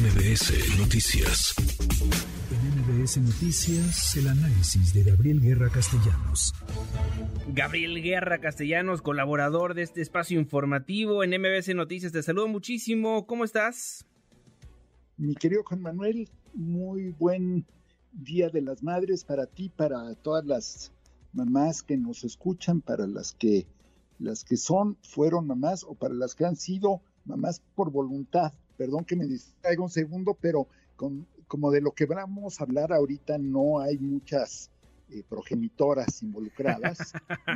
MBS Noticias. En MBS Noticias, el análisis de Gabriel Guerra Castellanos. Gabriel Guerra Castellanos, colaborador de este espacio informativo en MBS Noticias. Te saludo muchísimo. ¿Cómo estás? Mi querido Juan Manuel, muy buen Día de las Madres para ti, para todas las mamás que nos escuchan, para las que fueron mamás o para las que han sido mamás por voluntad. Perdón que me distraiga un segundo, pero como de lo que vamos a hablar ahorita no hay muchas progenitoras involucradas,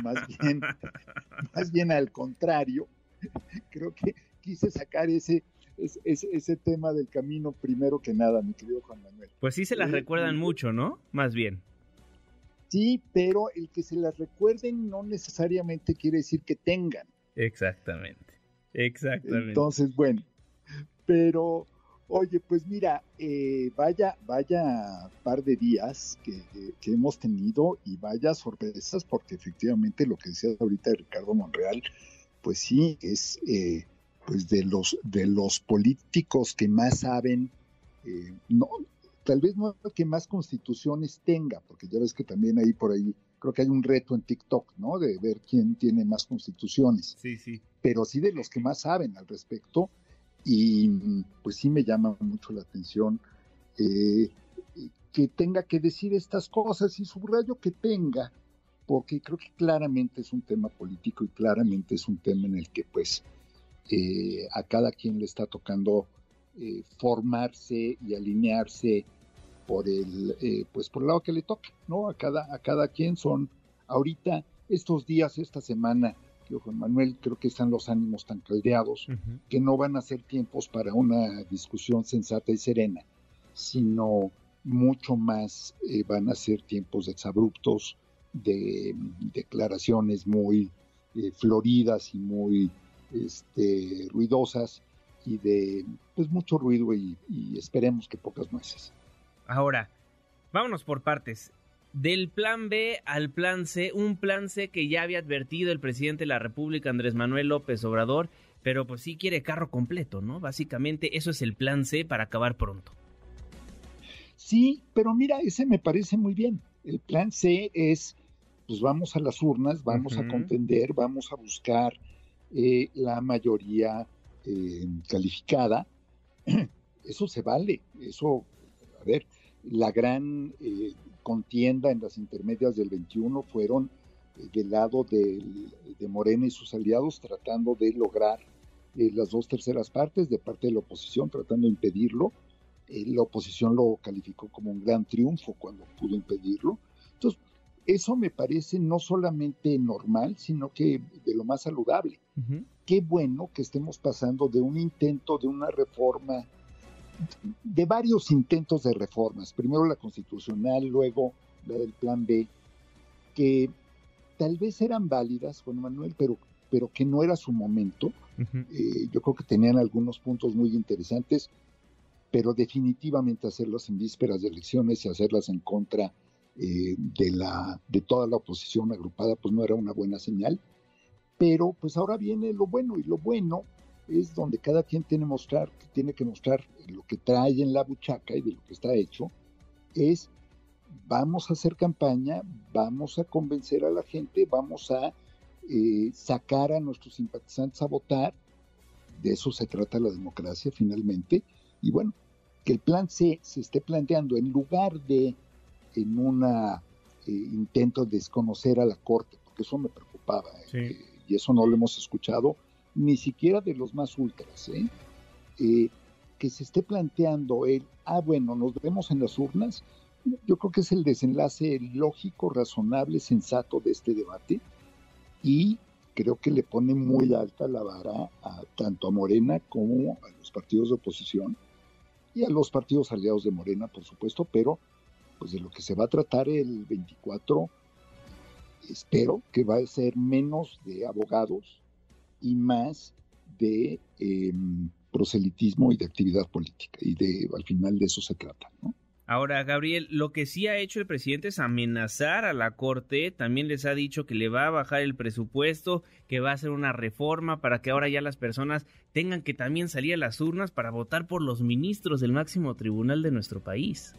más bien al contrario. Creo que quise sacar ese tema del camino primero que nada, mi querido Juan Manuel. Pues sí se las recuerdan mucho, ¿no? Más bien. Sí, pero el que se las recuerden no necesariamente quiere decir que tengan. Exactamente. Entonces, bueno, pero, oye, pues mira, vaya par de días que hemos tenido y vaya sorpresas, porque efectivamente lo que decía ahorita Ricardo Monreal, pues sí, es pues de los políticos que más saben, no, tal vez no el que más constituciones tenga, porque ya ves que también por ahí, creo que hay un reto en TikTok, ¿no? De ver quién tiene más constituciones. Sí. Pero sí de los que más saben al respecto, y pues sí me llama mucho la atención que tenga que decir estas cosas, y subrayo que tenga, porque creo que claramente es un tema político y claramente es un tema en el que pues a cada quien le está tocando formarse y alinearse por el lado que le toca, ¿no? A cada quien son ahorita estos días, esta semana, Juan Manuel, creo que están los ánimos tan caldeados, que no van a ser tiempos para una discusión sensata y serena, sino mucho más van a ser tiempos exabruptos, de declaraciones muy floridas y muy ruidosas, y de pues mucho ruido y esperemos que pocas nueces. Ahora, vámonos por partes. Del plan B al plan C, un plan C que ya había advertido el presidente de la República, Andrés Manuel López Obrador, pero pues sí quiere carro completo, ¿no? Básicamente eso es el plan C para acabar pronto. Sí, pero mira, ese me parece muy bien. El plan C es, pues vamos a las urnas, vamos a contender, vamos a buscar la mayoría calificada. Eso se vale, eso, a ver, la gran contienda en las intermedias del 21 fueron del lado de Morena y sus aliados, tratando de lograr las 2/3 partes, de parte de la oposición tratando de impedirlo. La oposición lo calificó como un gran triunfo cuando pudo impedirlo. Entonces, eso me parece no solamente normal, sino que de lo más saludable. Qué bueno que estemos pasando de un intento de una reforma, de varios intentos de reformas, primero la constitucional, luego la del plan B, que tal vez eran válidas, Juan Manuel, pero que no era su momento. Yo creo que tenían algunos puntos muy interesantes, pero definitivamente hacerlas en vísperas de elecciones y hacerlas en contra de toda la oposición agrupada, pues no era una buena señal. Pero pues ahora viene lo bueno, y lo bueno es donde cada quien tiene que mostrar lo que trae en la buchaca y de lo que está hecho. Es, vamos a hacer campaña, vamos a convencer a la gente, vamos a sacar a nuestros simpatizantes a votar. De eso se trata la democracia finalmente. Y bueno, que el plan C se esté planteando en lugar de en un intento de desconocer a la Corte, porque eso me preocupaba, y eso no lo hemos escuchado ni siquiera de los más ultras, que se esté planteando bueno, nos vemos en las urnas. Yo creo que es el desenlace lógico, razonable, sensato de este debate, y creo que le pone muy alta la vara tanto a Morena como a los partidos de oposición y a los partidos aliados de Morena, por supuesto, pero pues de lo que se va a tratar el 24, espero que va a ser menos de abogados y más de proselitismo y de actividad política, y al final de eso se trata, ¿no? Ahora, Gabriel, lo que sí ha hecho el presidente es amenazar a la Corte, también les ha dicho que le va a bajar el presupuesto, que va a hacer una reforma para que ahora ya las personas tengan que también salir a las urnas para votar por los ministros del máximo tribunal de nuestro país.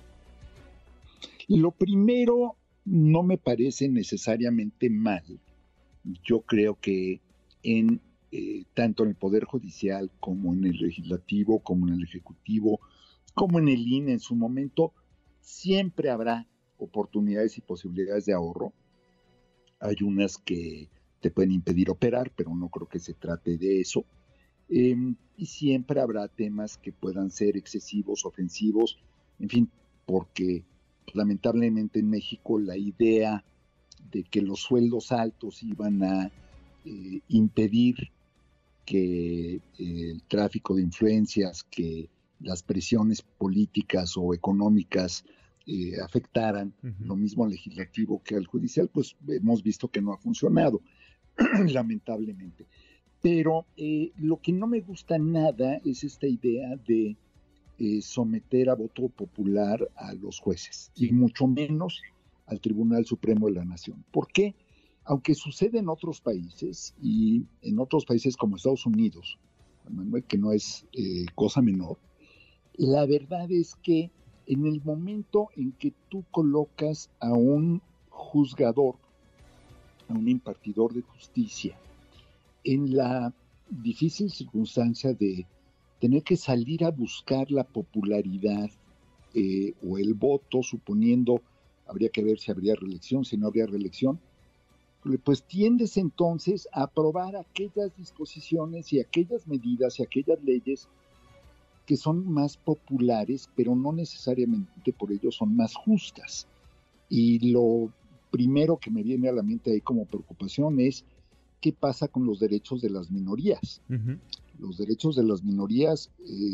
Lo primero no me parece necesariamente mal. Yo creo que tanto en el Poder Judicial como en el Legislativo, como en el Ejecutivo, como en el INE en su momento, siempre habrá oportunidades y posibilidades de ahorro. Hay unas que te pueden impedir operar, pero no creo que se trate de eso. Y siempre habrá temas que puedan ser excesivos, ofensivos, en fin, porque lamentablemente en México la idea de que los sueldos altos iban a impedir que el tráfico de influencias, que las presiones políticas o económicas afectaran lo mismo al legislativo que al judicial, pues hemos visto que no ha funcionado, lamentablemente. Pero lo que no me gusta nada es esta idea de someter a voto popular a los jueces, y mucho menos al Tribunal Supremo de la Nación. ¿Por qué? Aunque sucede en otros países, y en otros países como Estados Unidos, Manuel, que no es cosa menor, la verdad es que en el momento en que tú colocas a un juzgador, a un impartidor de justicia, en la difícil circunstancia de tener que salir a buscar la popularidad o el voto, suponiendo, habría que ver si habría reelección, si no habría reelección, pues tiendes entonces a aprobar aquellas disposiciones y aquellas medidas y aquellas leyes que son más populares, pero no necesariamente por ello son más justas. Y lo primero que me viene a la mente ahí como preocupación es qué pasa con los derechos de las minorías. Los derechos de las minorías,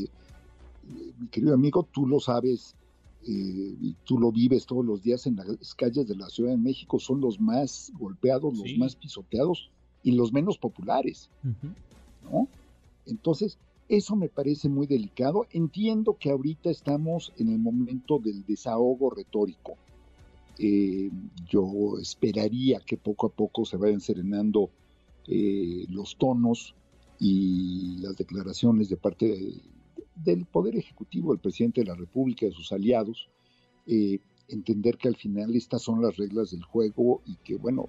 mi querido amigo, tú lo sabes, y tú lo vives todos los días en las calles de la Ciudad de México, son los más golpeados, los más pisoteados y los menos populares, ¿no? Entonces, eso me parece muy delicado. Entiendo que ahorita estamos en el momento del desahogo retórico. Yo esperaría que poco a poco se vayan serenando los tonos y las declaraciones de parte del Poder Ejecutivo, del Presidente de la República, de sus aliados, entender que al final estas son las reglas del juego y que, bueno,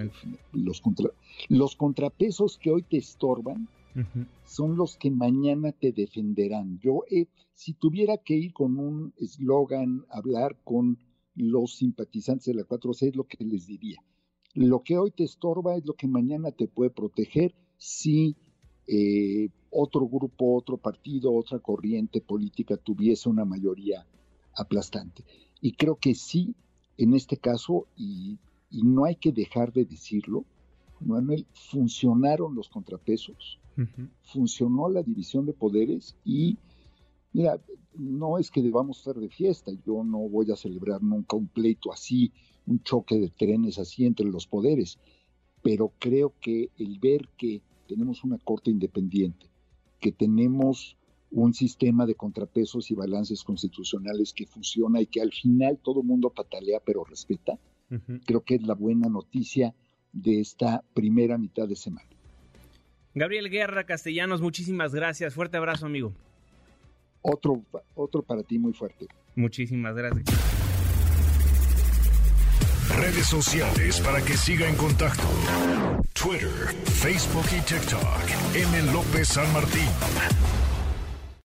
los contrapesos que hoy te estorban son los que mañana te defenderán. Yo, si tuviera que ir con un eslogan, hablar con los simpatizantes de la 4C, es lo que les diría. Lo que hoy te estorba es lo que mañana te puede proteger si otro grupo, otro partido, otra corriente política tuviese una mayoría aplastante. Y creo que sí, en este caso, y no hay que dejar de decirlo, Manuel, funcionaron los contrapesos, funcionó la división de poderes y, mira, no es que debamos estar de fiesta, yo no voy a celebrar nunca un pleito así, un choque de trenes así entre los poderes, pero creo que el ver que tenemos una corte independiente, que tenemos un sistema de contrapesos y balances constitucionales que funciona y que al final todo el mundo patalea pero respeta, creo que es la buena noticia de esta primera mitad de semana. Gabriel Guerra Castellanos, muchísimas gracias. Fuerte abrazo, amigo. Otro para ti muy fuerte. Muchísimas gracias. Redes sociales para que siga en contacto: Twitter, Facebook y TikTok. M. López San Martín.